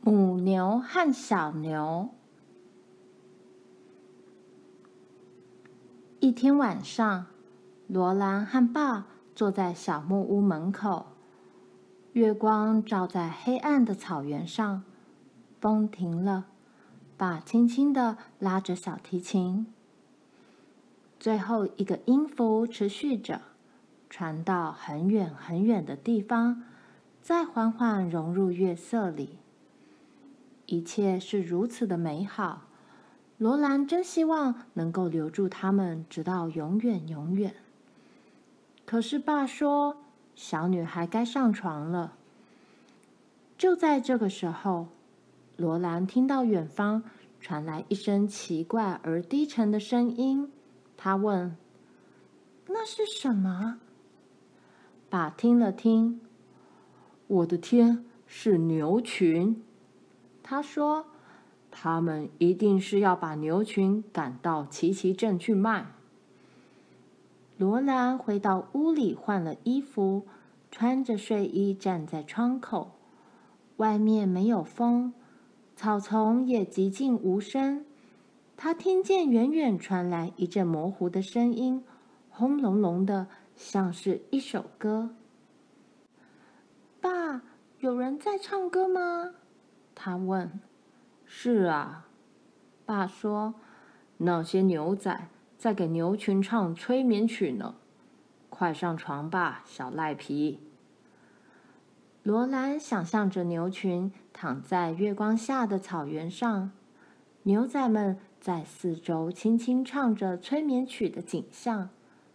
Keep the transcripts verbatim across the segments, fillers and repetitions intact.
母牛和小牛。一天晚上，罗兰和爸坐在小木屋门口，月光照在黑暗的草原上，风停了，爸轻轻地拉着小提琴，最后一个音符持续着，传到很远很远的地方，再缓缓融入月色里。一切是如此的美好，罗兰真希望能够留住他们，直到永远永远。可是爸说，小女孩该上床了。就在这个时候，罗兰听到远方传来一声奇怪而低沉的声音，他问：“那是什么？”爸听了听，我的天，是牛群。他说：“他们一定是要把牛群赶到奇奇镇去卖。”罗兰回到屋里换了衣服，穿着睡衣站在窗口。外面没有风，草丛也寂静无声。他听见远远传来一阵模糊的声音，轰隆隆的，像是一首歌。爸，有人在唱歌吗？他问。是啊，爸说，那些牛仔在给牛群唱催眠曲呢。快上床吧，小赖皮。罗兰想象着牛群躺在月光下的草原上，牛仔们在四周轻轻唱着催眠曲的景象。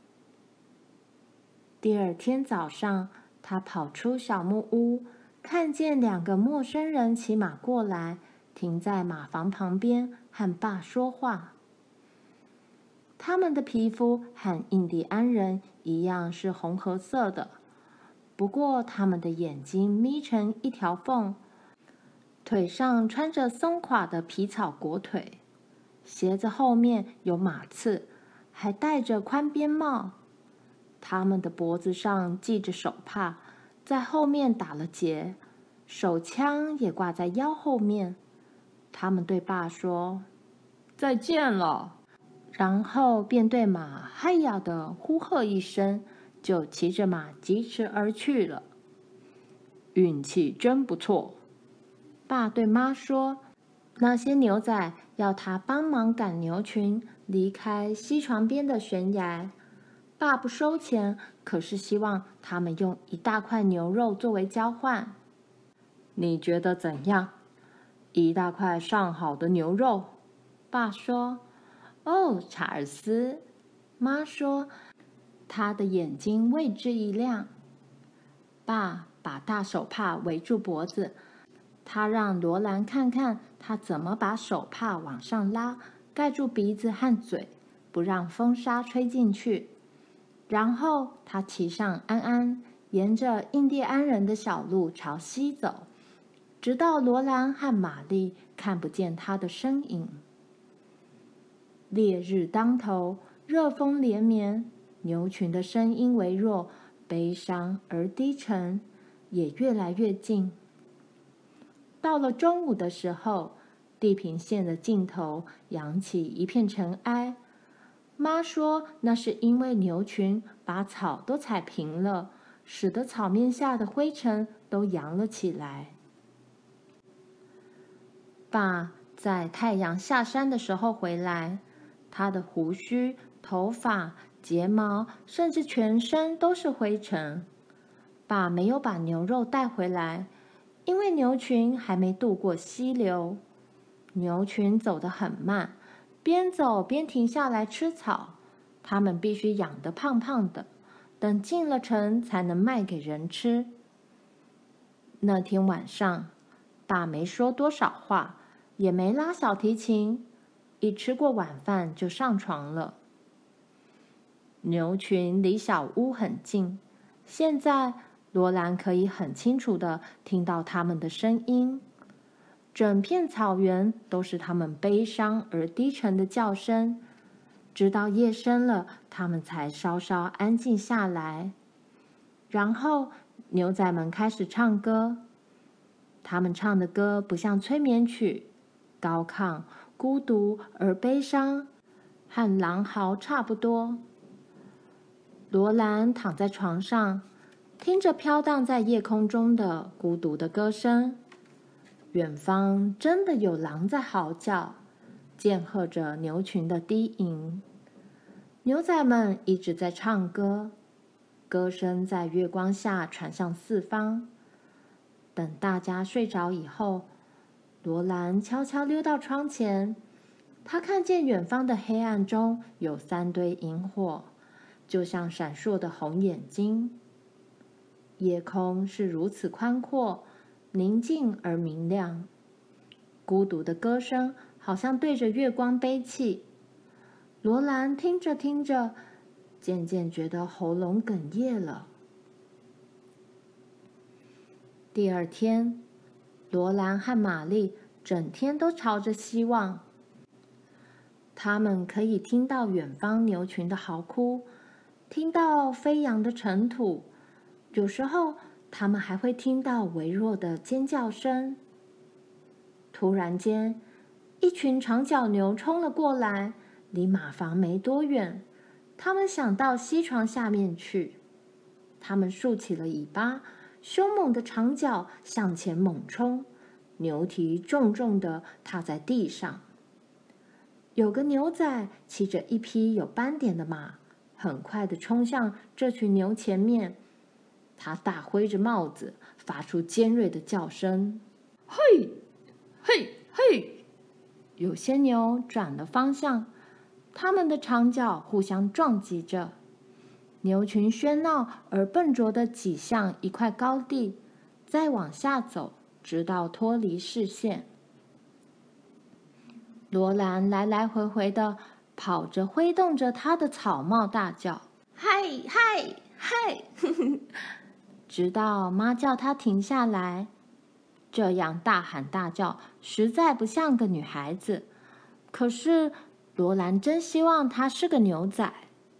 第二天早上，他跑出小木屋，看见两个陌生人骑马过来，停在马房旁边，和爸说话。他们的皮肤和印第安人一样是红褐色的，不过他们的眼睛眯成一条缝，腿上穿着松垮的皮草裹腿，鞋子后面有马刺，还戴着宽边帽。他们的脖子上系着手帕，在后面打了结，手枪也挂在腰后面。他们对爸说：“再见了。”然后便对马嗨呀的呼喝一声，就骑着马疾驰而去了。运气真不错，爸对妈说。那些牛仔要他帮忙赶牛群离开溪床边的悬崖。爸不收钱，可是希望他们用一大块牛肉作为交换。你觉得怎样？一大块上好的牛肉？爸说。哦，查尔斯，妈说，他的眼睛为之一亮。爸把大手帕围住脖子，他让罗兰看看他怎么把手帕往上拉，盖住鼻子和嘴，不让风沙吹进去。然后他骑上安安，沿着印第安人的小路朝西走，直到罗兰和玛丽看不见他的身影。烈日当头，热风连绵，牛群的声音微弱，悲伤而低沉，也越来越近。到了中午的时候，地平线的尽头扬起一片尘埃。妈说，那是因为牛群把草都踩平了，使得草面下的灰尘都扬了起来。爸在太阳下山的时候回来，他的胡须、头发、睫毛，甚至全身都是灰尘。爸没有把牛肉带回来，因为牛群还没渡过溪流。牛群走得很慢，边走边停下来吃草。他们必须养得胖胖的，等进了城才能卖给人吃。那天晚上，爸没说多少话，也没拉小提琴，一吃过晚饭就上床了。牛群离小屋很近，现在罗兰可以很清楚地听到他们的声音。整片草原都是他们悲伤而低沉的叫声，直到夜深了，他们才稍稍安静下来。然后牛仔们开始唱歌。 他们唱的歌不像催眠曲，高亢、孤独而悲伤，和狼嚎差不多。罗兰躺在床上，听着飘荡在夜空中的孤独的歌声。远方真的有狼在嚎叫，间和着牛群的低吟。牛仔们一直在唱歌，歌声在月光下传向四方。等大家睡着以后，罗兰悄悄溜到窗前，他看见远方的黑暗中有三堆萤火，就像闪烁的红眼睛。夜空是如此宽阔，宁静而明亮。孤独的歌声好像对着月光悲泣。罗兰听着听着，渐渐觉得喉咙哽咽了。第二天，罗兰和玛丽整天都朝着希望。他们可以听到远方牛群的嚎哭，听到飞扬的尘土，有时候他们还会听到微弱的尖叫声。突然间，一群长角牛冲了过来，离马房没多远。他们想到溪床下面去。他们竖起了尾巴，凶猛的长角向前猛冲，牛蹄重重地踏在地上。有个牛仔骑着一匹有斑点的马，很快地冲向这群牛前面。他大挥着帽子，发出尖锐的叫声：“嘿，嘿，嘿！”有些牛转了方向，它们的长角互相撞击着。牛群喧闹而笨拙地挤向一块高地，再往下走，直到脱离视线。罗兰来来回回地跑着，挥动着他的草帽，大叫：“嗨嗨嗨！”直到妈叫他停下来。这样大喊大叫，实在不像个女孩子。可是罗兰真希望他是个牛仔。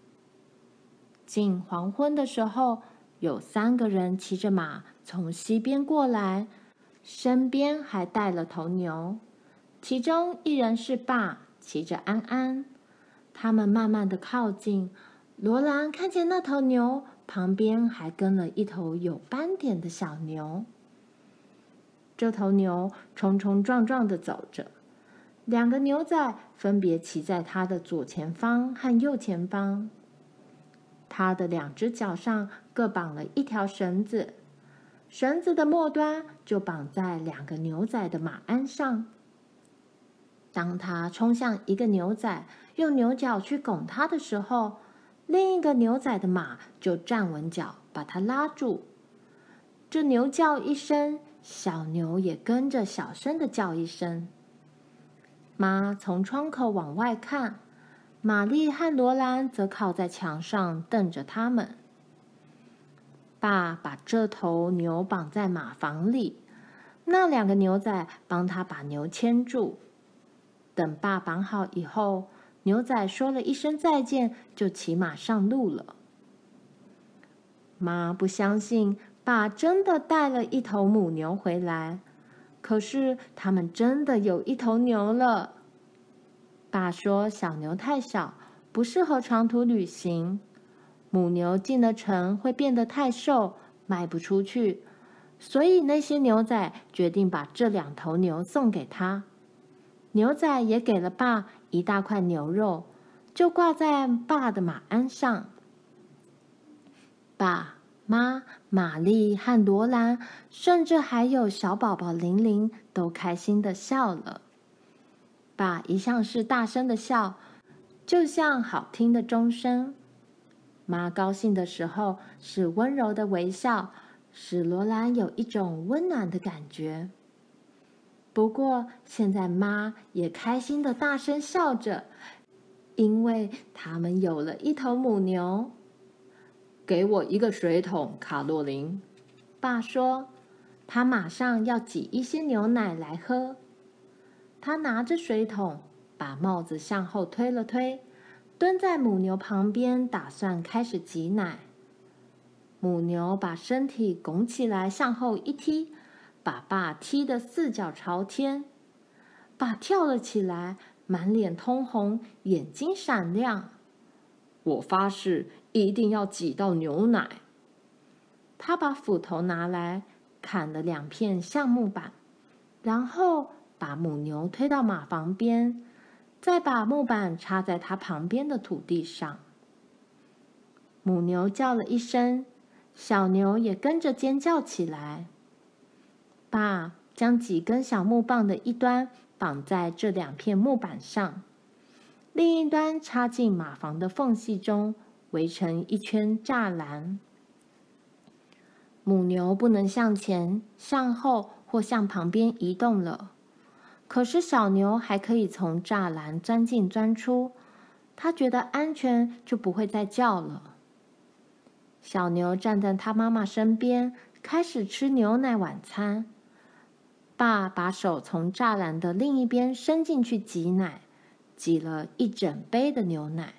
近黄昏的时候，有三个人骑着马从西边过来，身边还带了头牛。其中一人是爸，骑着安安。他们慢慢的靠近，罗兰看见那头牛旁边还跟了一头有斑点的小牛。这头牛冲冲撞撞的走着，两个牛仔分别骑在它的左前方和右前方。它的两只脚上各绑了一条绳子，绳子的末端就绑在两个牛仔的马鞍上。当它冲向一个牛仔，用牛角去拱它的时候，另一个牛仔的马就站稳脚，把它拉住。这牛叫一声，小牛也跟着小声的叫一声。妈从窗口往外看，玛丽和罗兰则靠在墙上瞪着他们。爸把这头牛绑在马房里，那两个牛仔帮他把牛牵住。等爸绑好以后，牛仔说了一声再见，就骑马上路了。妈不相信爸真的带了一头母牛回来，可是他们真的有一头牛了。爸说小牛太小，不适合长途旅行。母牛进了城会变得太瘦，卖不出去，所以那些牛仔决定把这两头牛送给他。牛仔也给了爸一大块牛肉，就挂在爸的马鞍上。爸妈、玛丽和罗兰，甚至还有小宝宝玲玲，都开心的笑了。爸一向是大声的笑，就像好听的钟声。妈高兴的时候是温柔的微笑，使罗兰有一种温暖的感觉。不过现在妈也开心的大声笑着，因为他们有了一头母牛。给我一个水桶，卡洛琳，爸说，他马上要挤一些牛奶来喝。他拿着水桶，把帽子向后推了推，蹲在母牛旁边，打算开始挤奶。母牛把身体拱起来，向后一踢， 把爸踢得四脚朝天。爸跳了起来，满脸通红，眼睛闪亮。我发誓一定要挤到牛奶。他把斧头拿来，砍了两片橡木板，然后把母牛推到马房边，再把木板插在它旁边的土地上。母牛叫了一声，小牛也跟着尖叫起来。爸将几根小木棒的一端绑在这两片木板上，另一端插进马房的缝隙中，围成一圈栅栏。母牛不能向前、向后或向旁边移动了，可是小牛还可以从栅栏钻进钻出，它觉得安全，就不会再叫了。小牛站在它妈妈身边，开始吃牛奶晚餐。爸把手从栅栏的另一边伸进去挤奶，挤了一整杯的牛奶。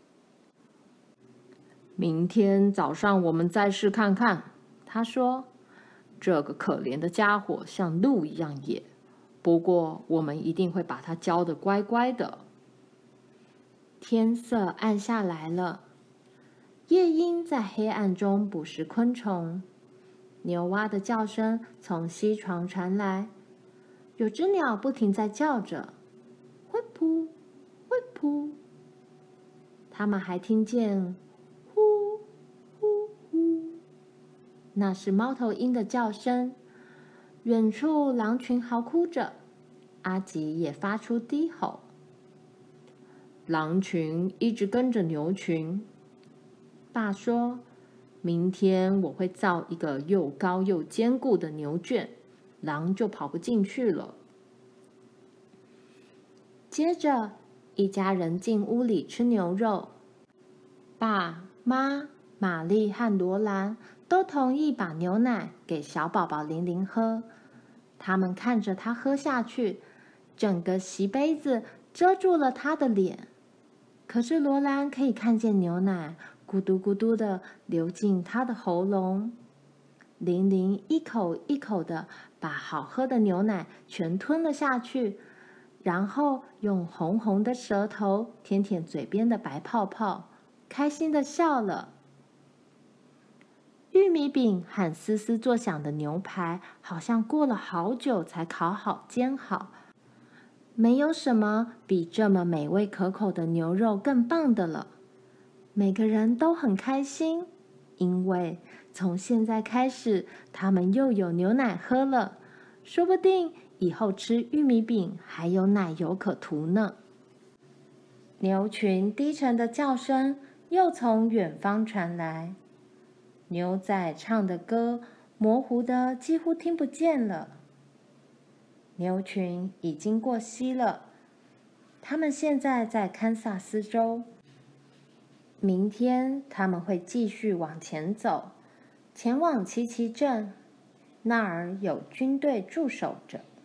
明天早上我们再试看看，他说，这个可怜的家伙像鹿一样野，不过我们一定会把它教得乖乖的。天色暗下来了，夜莺在黑暗中捕食昆虫，牛蛙的叫声从西床传来，有只鸟不停在叫着，会扑，会扑。他们还听见呼呼呼，那是猫头鹰的叫声。远处狼群嚎哭着，阿吉也发出低吼。狼群一直跟着牛群。爸说，明天我会造一个又高又坚固的牛圈，狼就跑不进去了。接着，一家人进屋里吃牛肉。爸妈、玛丽和罗兰都同意把牛奶给小宝宝玲玲喝。他们看着他喝下去，整个锡杯子遮住了他的脸。可是罗兰可以看见牛奶咕嘟咕嘟的流进他的喉咙。玲玲一口一口的把好喝的牛奶全吞了下去，然后用红红的舌头舔舔嘴边的白泡泡，开心的笑了。玉米饼和嘶嘶作响的牛排好像过了好久才烤好煎好。没有什么比这么美味可口的牛肉更棒的了。每个人都很开心，因为从现在开始，他们又有牛奶喝了，说不定以后吃玉米饼还有奶油可涂呢。牛群低沉的叫声又从远方传来，牛仔唱的歌模糊的几乎听不见了。牛群已经过溪了，他们现在在堪萨斯州。明天他们会继续往前走，前往奇奇镇，那儿有军队驻守着。